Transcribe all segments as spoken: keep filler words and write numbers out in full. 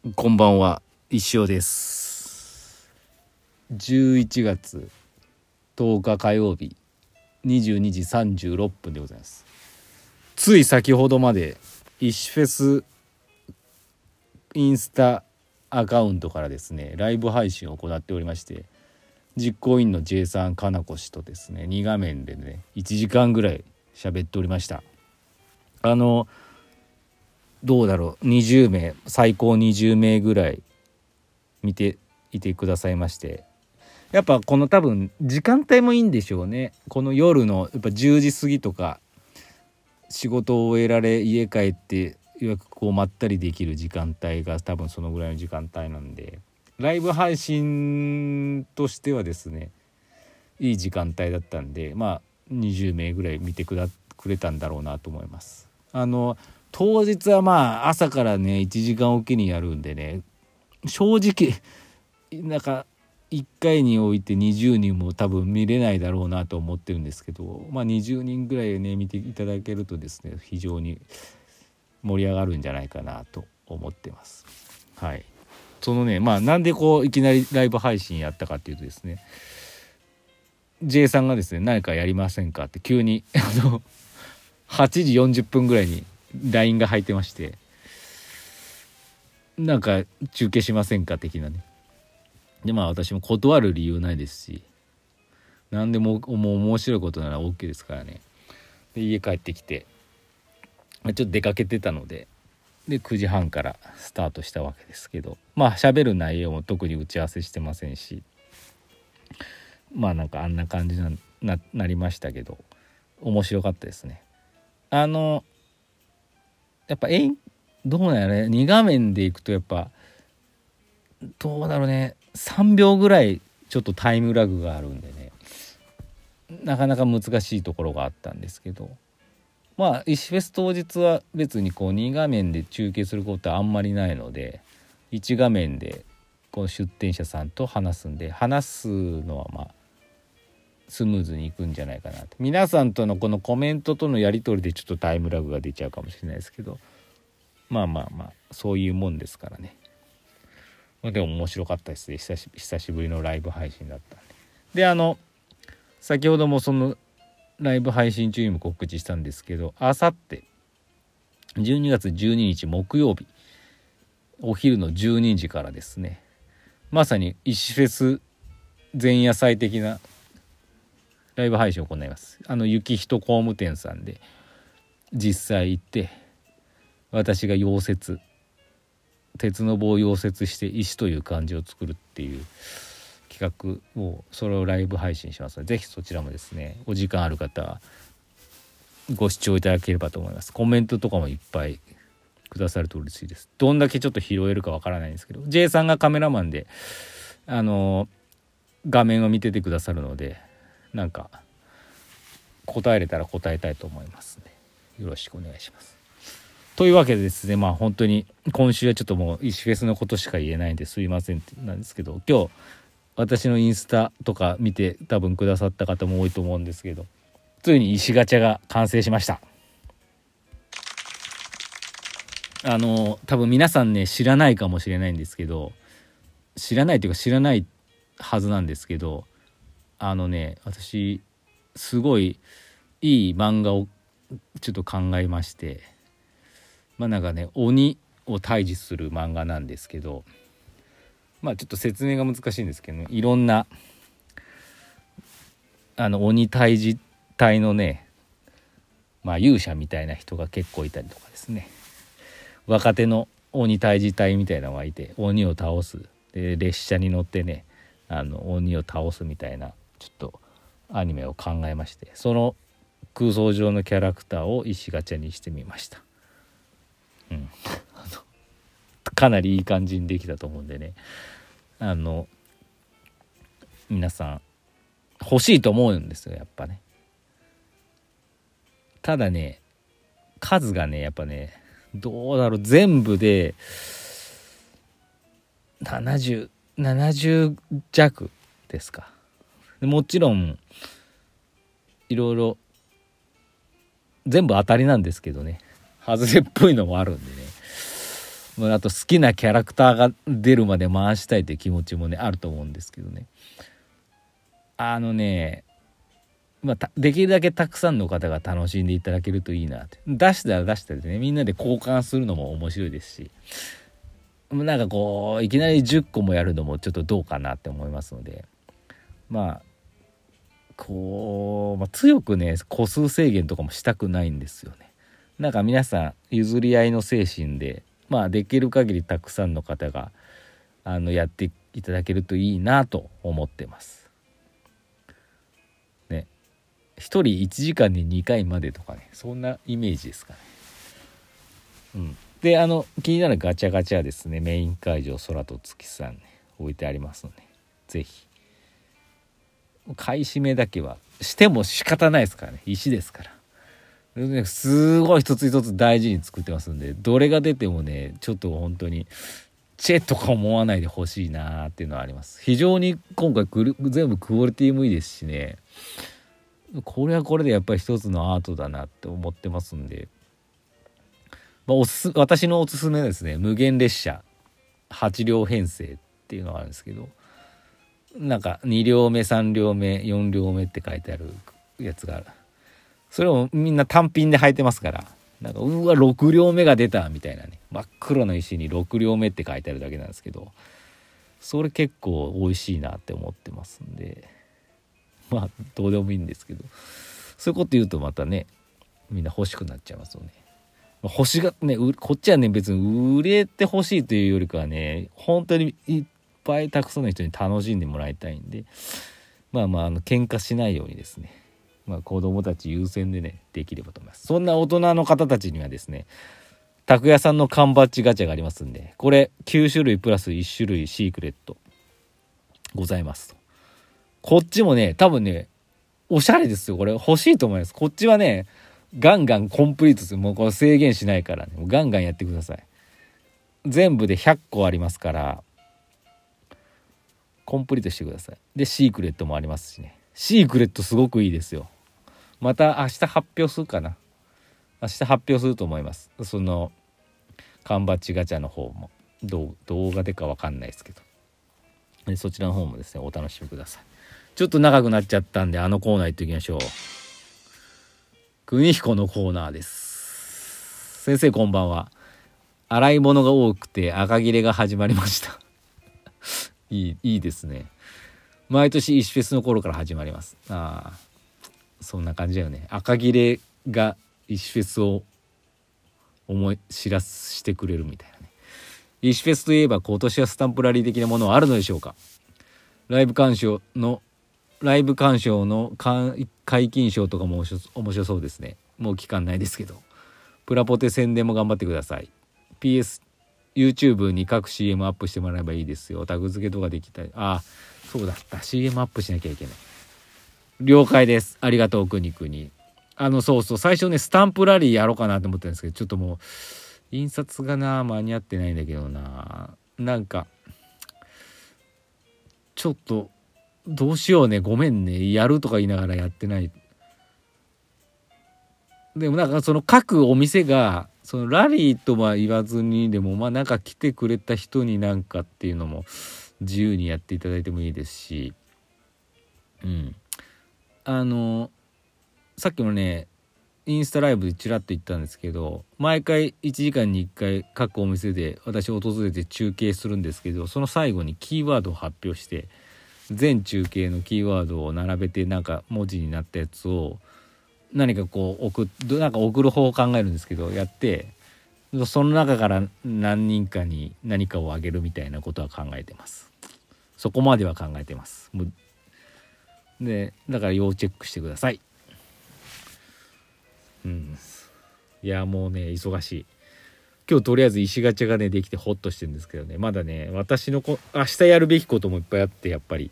こんばんは、石尾です。じゅういちがつとおか火曜日にじゅうにじさんじゅうろっぷんでございます。つい先ほどまで石フェスインスタアカウントからですね、ライブ配信を行っておりまして、実行委員の J さんかなこ氏とですね、に画面でねいちじかんぐらい喋っておりました。あのどうだろう、にじゅうめい、最高にじゅうめいぐらい見ていてくださいまして、やっぱこの多分時間帯もいいんでしょうね。この夜のやっぱじゅうじ過ぎとか、仕事を終えられ家帰ってようやくこうまったりできる時間帯が多分そのぐらいの時間帯なんで、ライブ配信としてはですねいい時間帯だったんで、まあにじゅうめいぐらい見てくだくれたんだろうなと思います。あの当日はまあ朝からねいちじかんおきにやるんでね、正直なんかいっかいにおいてにじゅうにんも多分見れないだろうなと思ってるんですけど、まあにじゅうにんぐらいね見ていただけるとですね非常に盛り上がるんじゃないかなと思ってます。はい。そのねまあなんでこういきなりライブ配信やったかっていうとですね、 J さんがですね何かやりませんかって急にあのはちじよんじゅっぷんぐらいに ライン が入ってまして、なんか中継しませんか的なね。でまあ私も断る理由ないですし、何でももう面白いことなら OK ですからね。で家帰ってきてちょっと出かけてたので、でくじはんからスタートしたわけですけど、まあ喋る内容も特に打ち合わせしてませんし、まあなんかあんな感じに な, なりましたけど、面白かったですね。あのやっぱえどうなんやね、に画面でいくとやっぱどうだろうね、さんびょうぐらいちょっとタイムラグがあるんでね、なかなか難しいところがあったんですけど、まあ石フェス当日は別にこうに画面で中継することはあんまりないので、いち画面でこの出展者さんと話すんで、話すのはまあスムーズにいくんじゃないかなと。皆さんとのこのコメントとのやり取りでちょっとタイムラグが出ちゃうかもしれないですけど、まあまあまあそういうもんですからね。でも面白かったですね。久し、久しぶりのライブ配信だったんで。であの先ほどもそのライブ配信中にも告知したんですけど、あさってじゅうにがつじゅうににち木曜日お昼のじゅうにじからですね、まさに石フェス前夜祭的なライブ配信を行います。あの雪人工務店さんで実際行って、私が溶接、鉄の棒を溶接して石という漢字を作るっていう企画を、それをライブ配信しますので、ぜひそちらもですねお時間ある方はご視聴いただければと思います。コメントとかもいっぱいくださると嬉しいです。どんだけちょっと拾えるかわからないんですけど、 J さんがカメラマンであの画面を見ててくださるので、なんか答えれたら答えたいと思いますのでよろしくお願いします。というわけでですね、まあ本当に今週はちょっともう石フェスのことしか言えないんですいませんってなんですけど、今日私のインスタとか見て多分くださった方も多いと思うんですけど、ついに石ガチャが完成しました。あの多分皆さんね知らないかもしれないんですけど、知らないというか知らないはずなんですけど、あのね私すごいいい漫画をちょっと考えまして、まあなんかね鬼を退治する漫画なんですけど、まあちょっと説明が難しいんですけど、ね、いろんなあの鬼退治隊のね、まあ勇者みたいな人が結構いたりとかですね、若手の鬼退治隊みたいなのがいて鬼を倒す、で列車に乗ってねあの鬼を倒すみたいなちょっとアニメを考えまして、その空想上のキャラクターを石ガチャにしてみました。うん、かなりいい感じにできたと思うんでね、あの皆さん欲しいと思うんですよやっぱね。ただね数がねやっぱねどうだろう、全部でななじゅう、ななじゅう弱ですか。もちろんいろいろ全部当たりなんですけどね、外れっぽいのもあるんでね、 あと好きなキャラクターが出るまで回したいという気持ちもねあると思うんですけどね。あのねまあ、できるだけたくさんの方が楽しんでいただけるといいなって。出したら出したでね、みんなで交換するのも面白いですし、なんかこういきなりじゅっこもやるのもちょっとどうかなって思いますので、まあこう、まあ、強くね個数制限とかもしたくないんですよね。なんか皆さん譲り合いの精神で、まあできる限りたくさんの方があのやっていただけるといいなと思ってますね。ひとりいちじかんににかいまでとかね、そんなイメージですかね。うん、であの気になるガチャガチャですね、メイン会場空と月さん、ね、置いてありますので、ぜひ買い占めだけはしても仕方ないですからね、石ですから。すごい一つ一つ大事に作ってますんで、どれが出てもねちょっと本当にチェとか思わないでほしいなっていうのはあります。非常に今回全部クオリティもいいですしね、これはこれでやっぱり一つのアートだなって思ってますんで、まあ、おす私のおすすめはですね、無限列車はち両編成っていうのがあるんですけど、なんかに両目さん両目よん両目って書いてあるやつがある。それをみんな単品で履いてますから、なんかうわろく両目が出たみたいなね、真っ黒な石にろく両目って書いてあるだけなんですけど、それ結構美味しいなって思ってますんで、まあどうでもいいんですけど、そういうこと言うとまたねみんな欲しくなっちゃいますよね。欲しがね、こっちはね別に売れてほしいというよりかはね、本当にいっぱいたくさんの人に楽しんでもらいたいんで、まあまああの喧嘩しないようにですね、まあ、子供たち優先でねできればと思います。そんな大人の方たちにはですね、拓也さんの缶バッジガチャがありますんで、これきゅう種類プラスいち種類シークレットございますと。こっちもね多分ねおしゃれですよ、これ欲しいと思います。こっちはねガンガンコンプリートする、もうこれ制限しないからね、もうガンガンやってください。全部でひゃっこありますからコンプリートしてください。でシークレットもありますしね、シークレットすごくいいですよ。また明日発表するかな、明日発表すると思います。その缶バッジガチャの方も動画でかわかんないですけど、でそちらの方もですねお楽しみください。ちょっと長くなっちゃったんであのコーナー行っておきましょう。邦彦のコーナーです。先生こんばんは。洗い物が多くて赤切れが始まりましたいい、いいですね。毎年石フェスの頃から始まります。ああそんな感じだよね。赤切れが石フェスを思い知らしてくれるみたいなね。石フェスといえば今年はスタンプラリー的なものはあるのでしょうか。ライブ鑑賞のライブ鑑賞の解禁賞とかも面白そうですね。もう期間ないですけど、プラポテ宣伝も頑張ってください。 ピーエス YouTube に各 シーエム アップしてもらえばいいですよ。タグ付けとかできたり、あそうだった、 シーエム アップしなきゃいけない。了解です、ありがとうくにくに。あのそうそう最初ねスタンプラリーやろうかなと思ったんですけど、ちょっともう印刷がな間に合ってないんだけどな、なんかちょっとどうしようね、ごめんね、やるとか言いながらやってない。でもなんかその各お店がそのラリーとは言わずにでもまあなんか来てくれた人になんかっていうのも自由にやっていただいてもいいですし、うんあのさっきもねインスタライブでちらっと言ったんですけど、毎回いちじかんにいっかい各お店で私訪れて中継するんですけど、その最後にキーワードを発表して全中継のキーワードを並べてなんか文字になったやつを何かこう送るなんか送る方を考えるんですけど、やってその中から何人かに何かをあげるみたいなことは考えてます。そこまでは考えてます。もうでだから要チェックしてください。うん、いやもうね忙しい。今日とりあえず石ガチャがねできてホッとしてるんですけどね、まだね私のこ明日やるべきこともいっぱいあって、やっぱり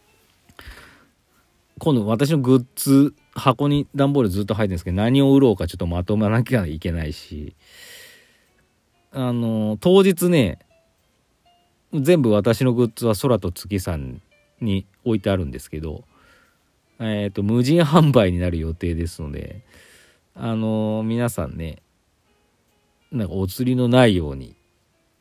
今度私のグッズ箱に段ボールずっと入ってるんですけど、何を売ろうかちょっとまとめなきゃいけないし、あの当日ね全部私のグッズは空と月さんに置いてあるんですけど、えっと無人販売になる予定ですので、あの皆さんねなんかお釣りのないように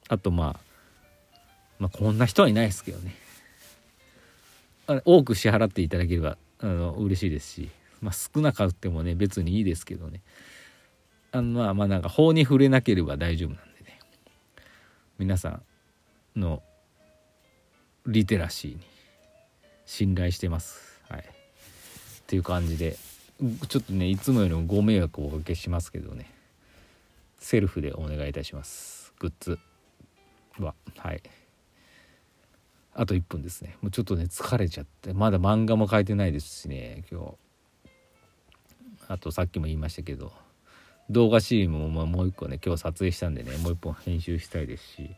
あとまあまあこんな人はいないですけどね、あれ多く支払っていただければあの嬉しいですし、まあ、少なくてもね別にいいですけどね、あのまあまあなんか法に触れなければ大丈夫なんでね、皆さんのリテラシーに信頼してます。はい。っていう感じで、ちょっとねいつもよりもご迷惑をおかけしますけどね、セルフでお願いいたします。グッズははい。あといっぷんですね。もうちょっとね疲れちゃって、まだ漫画も書いてないですしね今日。あとさっきも言いましたけど、動画 シーエム ももう一個ね今日撮影したんでね、もう一本編集したいですし、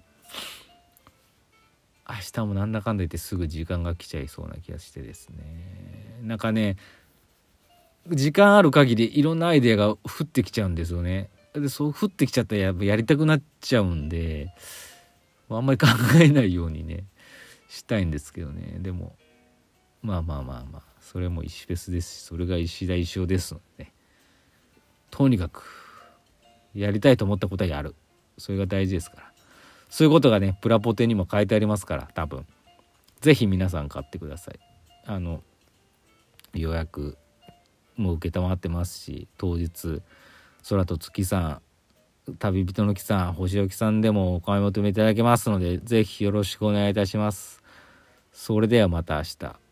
明日もなんだかんだ言ってすぐ時間が来ちゃいそうな気がしてですね、なんかね時間ある限りいろんなアイデアが降ってきちゃうんですよね。でそう降ってきちゃったらやっぱやりたくなっちゃうんで、あんまり考えないようにねしたいんですけどね。でもまあまあまあまあそれも石フェスですし、それが石田一生ですのでね、とにかくやりたいと思ったことはやる、それが大事ですから。そういうことがねプラポテにも書いてありますから、多分ぜひ皆さん買ってください。あの予約も受けたまってますし、当日空と月さん、旅人の木さん、星置さんでもお買い求めいただけますので、ぜひよろしくお願いいたします。それではまた明日。